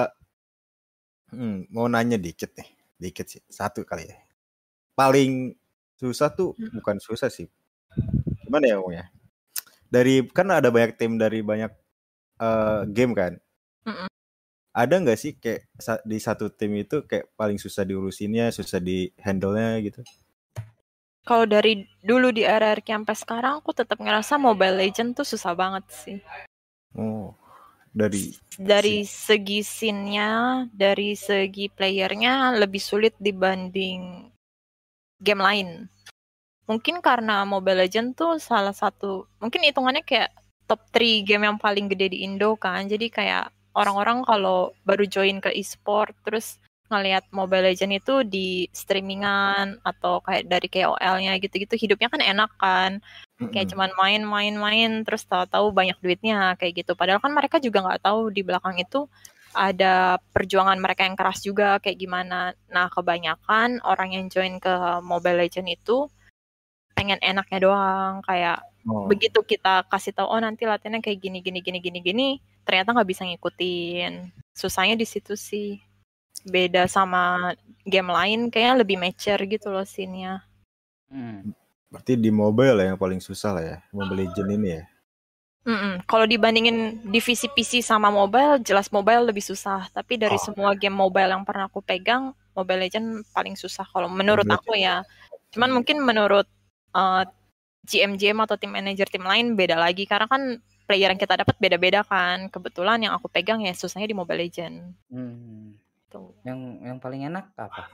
Mau nanya dikit sih, satu kali ya. Paling susah tuh bukan susah sih. Gimana ya ngomongnya? Kan ada banyak tim dari banyak game kan. Ada nggak sih kayak di satu tim itu kayak paling susah diurusinnya, susah di handle-nya gitu? Kalau dari dulu di RRQ sampai sekarang aku tetap ngerasa Mobile Legends tuh susah banget sih. Oh. Dari segi scene-nya, dari segi playernya lebih sulit dibanding game lain. Mungkin karena Mobile Legends tuh salah satu, mungkin hitungannya kayak top 3 game yang paling gede di Indo kan. Jadi kayak orang-orang kalau baru join ke e-sport terus ngelihat Mobile Legends itu di streamingan atau kayak dari KOL-nya gitu-gitu, hidupnya kan enak kan. Kayak cuman main terus tahu-tahu banyak duitnya kayak gitu. Padahal kan mereka juga nggak tahu di belakang itu ada perjuangan mereka yang keras juga kayak gimana. Nah, kebanyakan orang yang join ke Mobile Legends itu pengen enaknya doang, kayak begitu kita kasih tahu nanti latihannya kayak gini, ternyata nggak bisa ngikutin. Susahnya di situ sih. Beda sama game lain kayaknya lebih mature gitu loh scene-nya. Berarti di mobile lah yang paling susah lah ya, Mobile Legends ini ya. Kalau dibandingin divisi PC sama mobile, jelas mobile lebih susah. Tapi dari semua game mobile yang pernah aku pegang, Mobile Legends paling susah kalau menurut aku ya. Cuman mungkin menurut GM atau tim manajer tim lain beda lagi. Karena kan player yang kita dapat beda-beda kan. Kebetulan yang aku pegang ya susahnya di Mobile Legends. Tuh. Yang paling enak apa?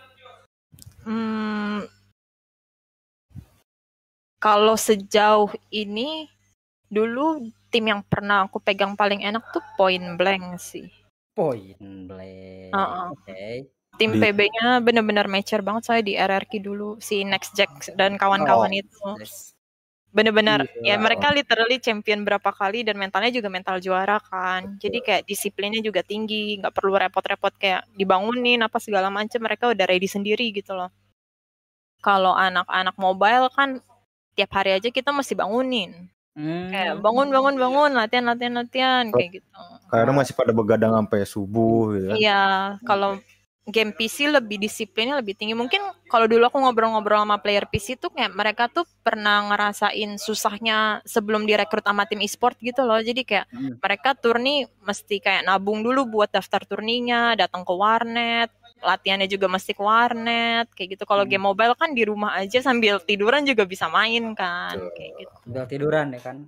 Kalau sejauh ini, dulu tim yang pernah aku pegang paling enak tuh Point Blank sih. Point Blank. Oke. Tim PB-nya benar-benar mature banget saya di RRQ dulu, si Next Jack dan kawan-kawan itu. Benar-benar ya mereka literally champion berapa kali dan mentalnya juga mental juara kan. Jadi kayak disiplinnya juga tinggi, nggak perlu repot-repot kayak dibangunin apa segala macam, mereka udah ready sendiri gitu loh. Kalau anak-anak mobile kan tiap hari aja kita mesti bangunin. Kayak bangun latihan kayak gitu. Karena masih pada begadang sampai subuh gitu kan. Iya, kalau game PC lebih disiplinnya lebih tinggi. Mungkin kalau dulu aku ngobrol-ngobrol sama player PC tuh kayak mereka tuh pernah ngerasain susahnya sebelum direkrut sama tim e-sport gitu loh. Jadi kayak mereka turni mesti kayak nabung dulu buat daftar turninya, datang ke warnet, latihannya juga mesti ke warnet kayak gitu. Kalau game mobile kan di rumah aja sambil tiduran juga bisa main kan kayak gitu. Sambil tiduran ya kan.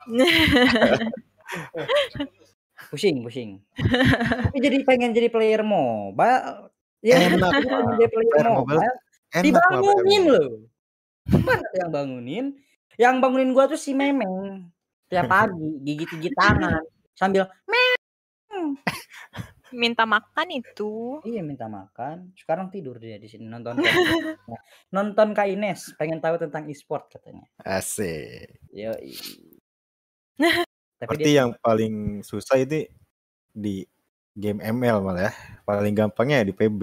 Pusing. Tapi pengen jadi player mobile. Ya, enak pengen jadi player mobile. Dibangunin loh. Mana yang bangunin? Yang bangunin gua tuh si Memeng. Tiap pagi gigit-gigit tangan sambil minta makan itu. Iya, minta makan. Sekarang tidur dia di sini nonton Kak Ines, pengen tahu tentang e-sport katanya. Asik. Yoi. Berarti yang paling susah itu di Game ML malah ya. Paling gampangnya di PB.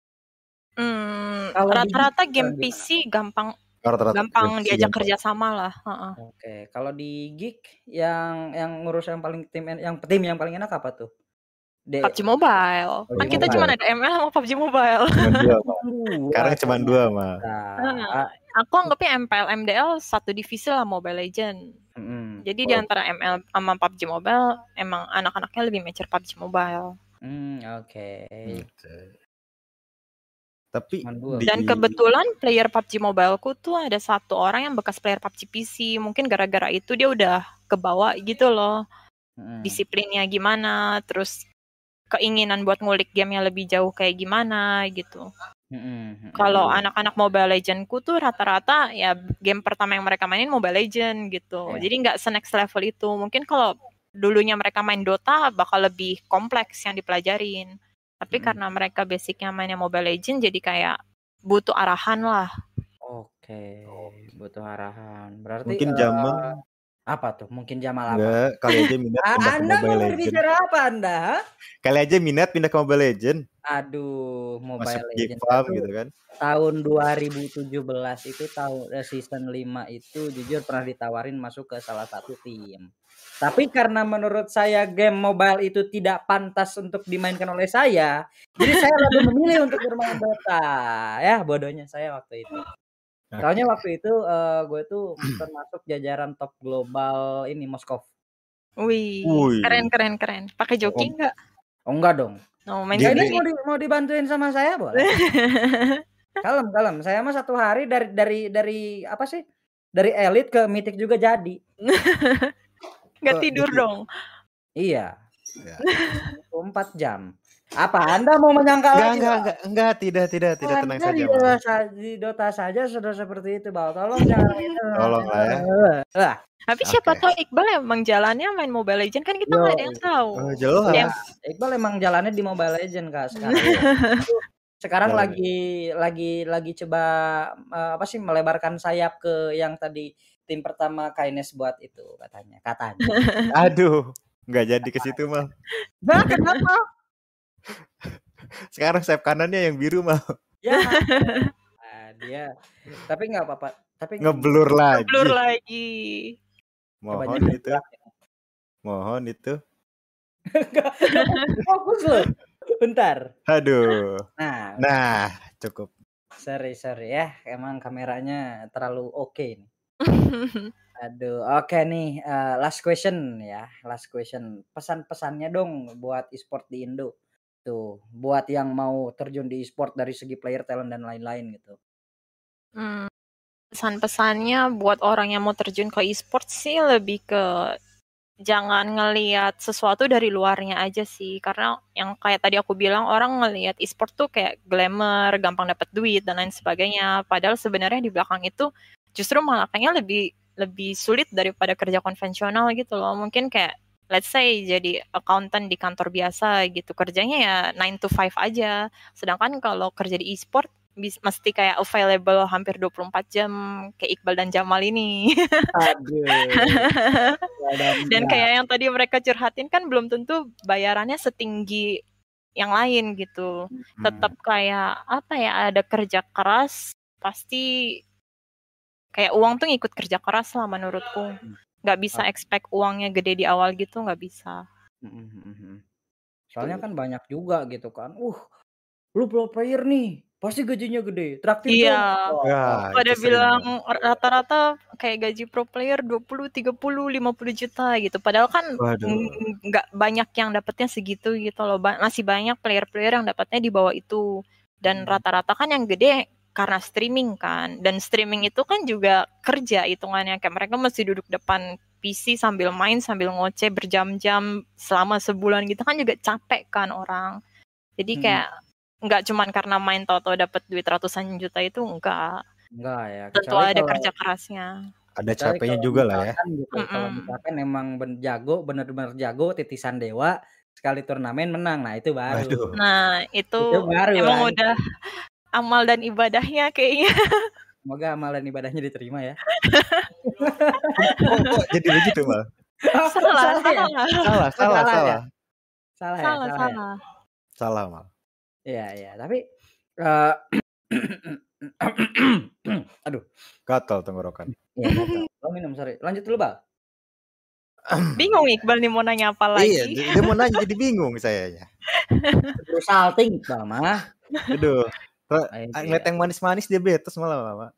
Rata-rata game PC gampang diajak kerja sama lah. Oke, kalau di Geek yang ngurus yang paling tim yang paling enak apa tuh? PUBG Mobile. Kan kita cuma ada ML sama PUBG Mobile. Sekarang cuma 2 mah. Aku anggapnya MPL MDL satu divisi lah Mobile Legend. Jadi di antara ML sama PUBG Mobile emang anak-anaknya lebih mature PUBG Mobile. Oke. Tapi dan kebetulan player PUBG Mobileku tuh ada satu orang yang bekas player PUBG PC. Mungkin gara-gara itu dia udah kebawa gitu loh. Disiplinnya gimana, terus keinginan buat ngulik game yang lebih jauh kayak gimana gitu. Kalau anak-anak Mobile Legends-ku tuh rata-rata ya game pertama yang mereka mainin Mobile Legends gitu. Jadi nggak se-next level itu. Mungkin kalau dulunya mereka main Dota bakal lebih kompleks yang dipelajarin. Tapi karena mereka basicnya mainnya Mobile Legends jadi kayak butuh arahan lah. Oke, butuh arahan. Berarti mungkin zaman apa tuh? Mungkin Jamal apa? Enggak, kali aja minat pindah ke Anda Mobile mau Legends. berbicara apa Anda? Kali aja minat pindah ke Mobile Legends. Aduh, Mobile Legends farm gitu kan. Tahun 2017 itu season 5 itu jujur pernah ditawarin masuk ke salah satu tim. Tapi karena menurut saya game mobile itu tidak pantas untuk dimainkan oleh saya, jadi saya lebih memilih untuk bermain Dota. Ya, bodohnya saya waktu itu. Soalnya waktu itu gue tuh termasuk jajaran top global ini Moskov. Wih. Keren. Pakai joki enggak? Oh, enggak dong. Main jadi mau dibantuin sama saya boleh. Kalem. Saya mah satu hari dari apa sih? Dari elite ke mythic juga jadi. Nggak tidur dong. Iya. 4 jam. Apa Anda mau menyangkal lagi? Enggak, tidak tenang saja. Di Dota saja sudah seperti itu, Bal. Tolong jangan Tolonglah ya. Tapi siapa tahu Iqbal emang jalannya main Mobile Legends kan kita nggak ada yang tahu. Jelas. Iqbal emang jalannya di Mobile Legends Kak sekarang. Sekarang lagi coba apa sih melebarkan sayap ke yang tadi tim pertama Kines buat itu katanya. Aduh, nggak jadi ke situ mal. Nah, kenapa? Sekarang sayap kanannya yang biru mal. Ya. Dia. Tapi nggak apa-apa. Tapi ngeblur lagi. Mohon itu. Fokus loh. Bentar. Aduh. Nah, cukup. Sorry ya, emang kameranya terlalu oke nih. Aduh, oke nih, last question. Pesan-pesannya dong buat e-sport di Indo. Tuh, buat yang mau terjun di e-sport dari segi player, talent dan lain-lain gitu. Pesan-pesannya buat orang yang mau terjun ke e-sport sih lebih ke jangan ngelihat sesuatu dari luarnya aja sih, karena yang kayak tadi aku bilang orang ngelihat e-sport tuh kayak glamour, gampang dapat duit dan lain sebagainya. Padahal sebenarnya di belakang itu justru malah kayaknya lebih sulit daripada kerja konvensional gitu loh. Mungkin kayak let's say jadi accountant di kantor biasa gitu, kerjanya ya 9 to 5 aja. Sedangkan kalau kerja di e-sport mesti kayak available hampir 24 jam kayak Iqbal dan Jamal ini. Aduh. Dan kayak yang tadi mereka curhatin kan belum tentu bayarannya setinggi yang lain gitu. Tetap kayak apa ya, ada kerja keras, pasti kayak uang tuh ngikut kerja keras lah menurutku. Nggak bisa expect uangnya gede di awal gitu, nggak bisa. Soalnya kan banyak juga gitu kan. Lu pro player nih, pasti gajinya gede. Traktir iya. Pada bilang rata-rata kayak gaji pro player 20, 30, 50 juta gitu. Padahal kan nggak banyak yang dapatnya segitu gitu loh. Masih banyak player-player yang dapatnya di bawah itu. Dan rata-rata kan yang gede karena streaming kan. Dan streaming itu kan juga kerja hitungannya. Kayak mereka mesti duduk depan PC sambil main, sambil ngoceh berjam-jam selama sebulan gitu kan juga capek kan orang. Jadi kayak nggak cuman karena main tahu-tahu dapat duit ratusan juta itu enggak ya. Tentu ada kerja kerasnya. Ada capeknya juga lah ya. Gitu, kalau misalkan emang benar-benar jago, titisan dewa, sekali turnamen menang, nah itu baru. Nah itu baru, emang kan? Udah amal dan ibadahnya kayaknya. Semoga amal dan ibadahnya diterima ya. Kok jadi begitu mal? Salah. Salah ya? Salah mal. Iya. Tapi aduh. Gatal tenggorokan. Iya gatal. Lo minum, sorry. Lanjut dulu, Bal. Bingung Iqbal nih mau nanya apa lagi. Iya, dia mau nanya jadi bingung sayanya. Terus salting, Iqbal mah. Aduh. Ngeliat yang manis-manis diabetes malah, Mama.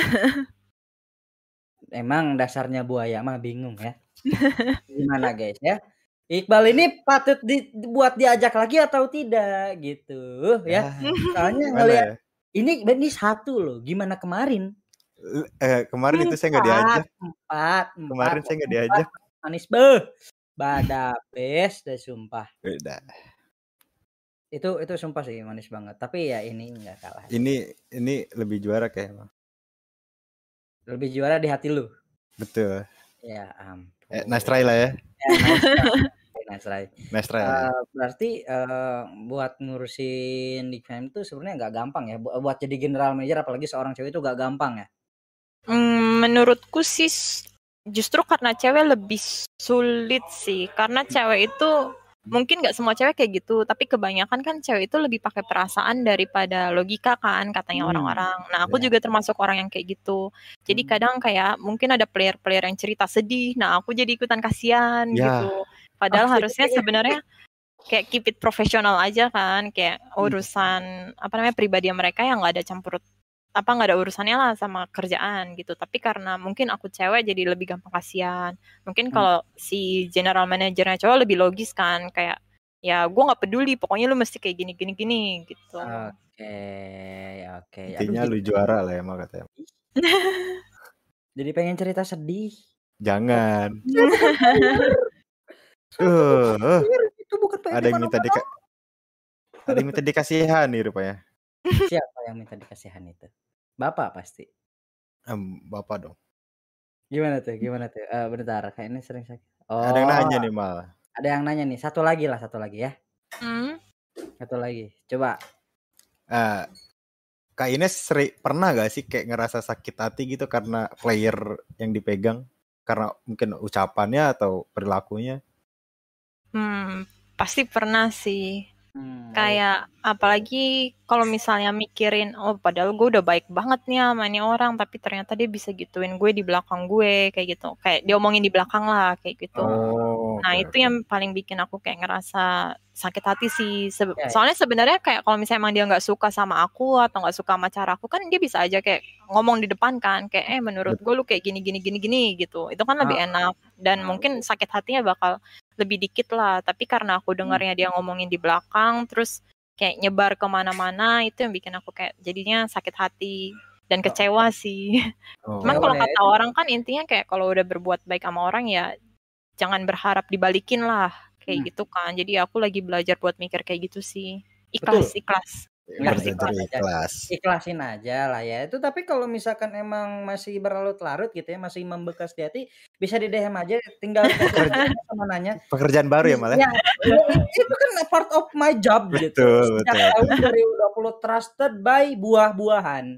Emang dasarnya buaya mah bingung ya. Gimana guys ya? Iqbal ini patut dibuat diajak lagi atau tidak gitu ya. Soalnya ngelihat ya? Ini satu loh. Gimana kemarin? Kemarin itu saya nggak diajak. Kemarin saya nggak diajak. Manis badabes deh sumpah. Beda. Itu sumpah sih manis banget. Tapi ya ini nggak kalah. Ini lebih juara kayaknya. Lebih juara di hati lu. Betul. Ya ampun. Nice try lah ya. Nice try. Berarti buat ngurusin di FM itu sebenarnya nggak gampang ya. Buat jadi general manager apalagi seorang cewek itu nggak gampang ya. Menurutku sih justru karena cewek lebih sulit sih. Karena cewek itu mungkin nggak semua cewek kayak gitu, tapi kebanyakan kan cewek itu lebih pakai perasaan daripada logika kan katanya orang-orang. Nah aku juga termasuk orang yang kayak gitu. Jadi kadang kayak mungkin ada player-player yang cerita sedih, nah aku jadi ikutan kasihan gitu. Padahal harusnya sebenarnya kayak keep it profesional aja kan, kayak urusan pribadi mereka yang nggak ada nggak ada urusannya lah sama kerjaan gitu. Tapi karena mungkin aku cewek jadi lebih gampang kasihan. Mungkin kalau si general manajernya cowok lebih logis kan, kayak ya gue nggak peduli, pokoknya lu mesti kayak gini gitu. Oke. Intinya lu juara lah emang katanya. Jadi pengen cerita sedih. Jangan. Itu bukan ada yang minta dikasihan nih rupanya. Siapa yang minta dikasihan itu? Bapak pasti. Bapak dong. Gimana tuh? Bentar, kayaknya sering sakit. Ada yang nanya nih mal. Ada yang nanya nih. Satu lagi ya. Satu lagi. Coba. Kak Ines pernah gak sih kayak ngerasa sakit hati gitu karena player yang dipegang? Karena mungkin ucapannya atau perilakunya? Pasti pernah sih. Kayak apalagi kalau misalnya mikirin padahal gue udah baik banget nih sama ini orang, tapi ternyata dia bisa gituin gue di belakang gue kayak gitu, kayak diomongin di belakang lah kayak gitu. Nah itu yang paling bikin aku kayak ngerasa sakit hati sih. Soalnya sebenarnya kayak kalau misalnya emang dia nggak suka sama aku atau nggak suka sama cara aku, kan dia bisa aja kayak ngomong di depan kan, kayak menurut gue lu kayak gini gitu. Itu kan lebih enak dan mungkin sakit hatinya bakal lebih dikit lah. Tapi karena aku dengarnya dia ngomongin di belakang terus kayak nyebar kemana-mana, itu yang bikin aku kayak jadinya sakit hati dan kecewa sih. Cuman kalau kata orang kan intinya kayak kalau udah berbuat baik sama orang ya jangan berharap dibalikin lah kayak gitu kan. Jadi aku lagi belajar buat mikir kayak gitu sih. Ikhlas. Ikhlasin aja lah ya. Itu tapi kalau misalkan emang masih berlarut-larut gitu ya, masih membekas di hati, bisa di DM aja, tinggal sama nanya. Pekerjaan baru ya malah. Ya, itu kan part of my job gitu. Sejak tahun 2020 trusted by buah-buahan.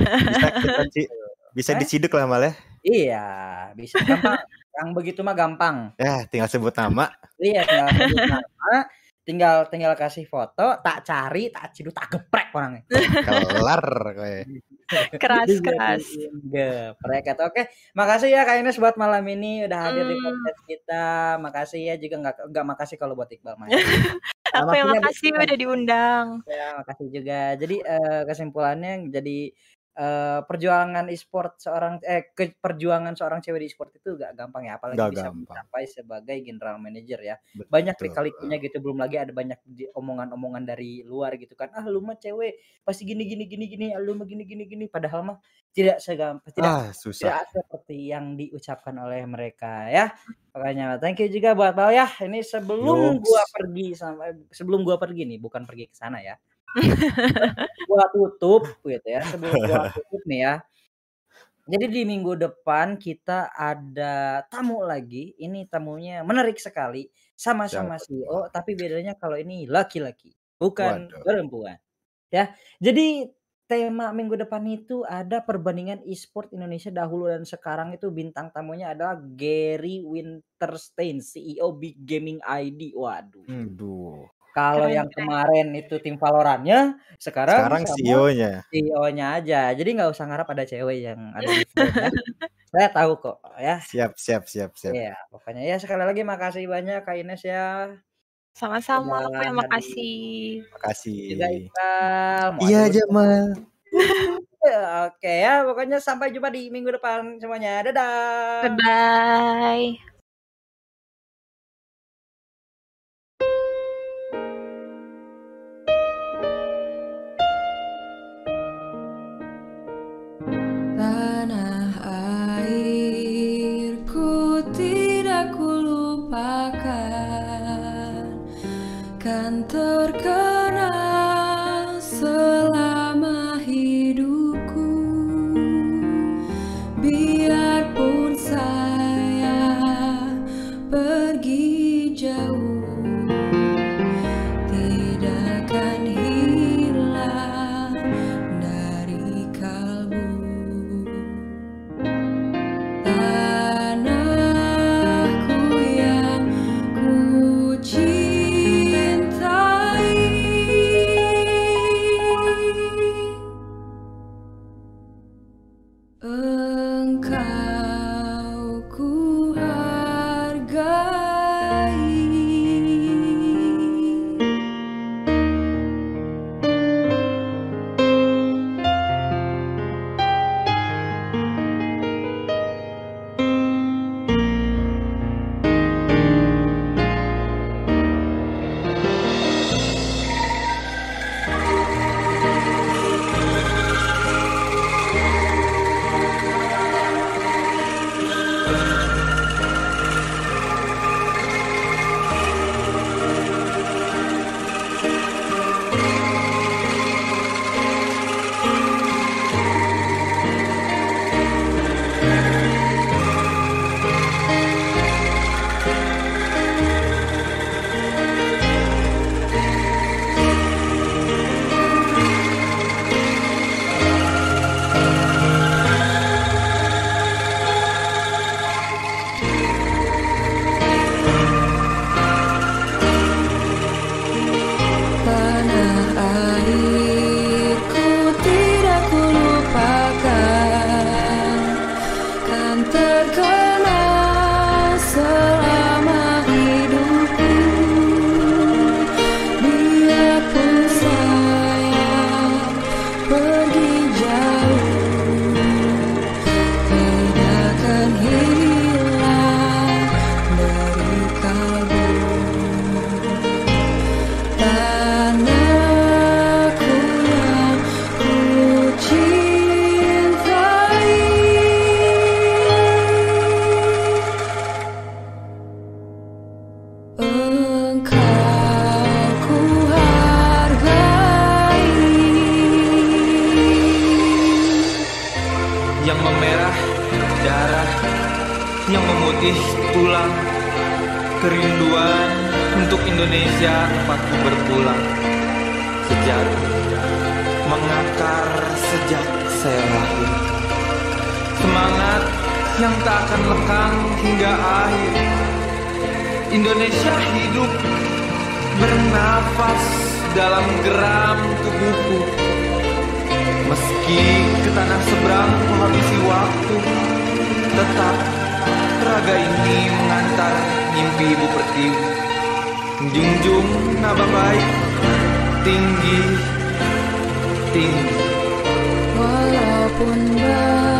Bisa diciduk lah malah. Iya, bisa gampang. Yang begitu mah gampang. Ya, tinggal sebut nama. Iya, tinggal sebut nama. Tinggal kasih foto, tak cari, tak ciduk, tak geprek orangnya. Kelar kayak. Keras. Geprek atau oke. Makasih ya Kak Ines buat malam ini udah hadir di podcast kita. Makasih ya, juga enggak makasih kalau buat Iqbal Mas. Aku yang makasih udah diundang. Ya, makasih juga. Jadi kesimpulannya jadi perjuangan perjuangan seorang cewek di e-sport itu gak gampang ya, apalagi bisa mencapai sebagai general manager ya. Banyak lika-likunya gitu, belum lagi ada banyak omongan-omongan dari luar gitu kan. Lu mah cewek pasti gini, lu mah gini. Padahal mah tidak seperti yang diucapkan oleh mereka ya. Makanya thank you juga buat Bal ya. Ini sebelum gua pergi nih, bukan pergi ke sana ya. Gua tutup gitu ya, sebelum gua tutup nih ya. Jadi di minggu depan kita ada tamu lagi. Ini tamunya menarik sekali, sama-sama CEO, tapi bedanya kalau ini laki-laki, bukan perempuan. Ya. Jadi tema minggu depan itu ada perbandingan e-sport Indonesia dahulu dan sekarang. Itu bintang tamunya adalah Gary Winterstein, CEO Big Gaming ID. Waduh. Kalau yang kemarin itu tim Valorant-nya, sekarang CEO-nya. CEO-nya aja. Jadi nggak usah ngarap ada cewek yang ada di frame-nya. Saya tahu kok ya. Siap. Iya, pokoknya ya sekali lagi makasih banyak Kak Ines ya. Sama-sama, aku yang makasih. Makasih. Juga Iqbal. Iya Jamal. Oke ya, pokoknya sampai jumpa di minggu depan semuanya. Dadah. Bye-bye. Tanah airku tidak kulupakan, kan terkenal selama hidupku. Biarpun saya pergi jauh, tidak akan hilang dari kalbu. Tanahku yang ku cintai, engkau ku hargai. Tanah airku tidak kulupakan, kan terkenal selama hidupku. Biarpun saya pergi jauh, tidak akan hilang dari kalbu. Tanahku yang ku cintai, engkau ku hargai. Yang memerah darah, yang memutih tulang, kerinduan untuk Indonesia tempatku berpulang. Sejarah mengakar sejak saya lahir, semangat yang tak akan lekang hingga akhir. Indonesia hidup bernafas dalam geram tubuhku. Meski ke tanah seberang menghabisi waktu, tetap raga ini mengantar mimpi Ibu Pertiwi. Junjung nama baik, tinggi, tinggi. Walaupun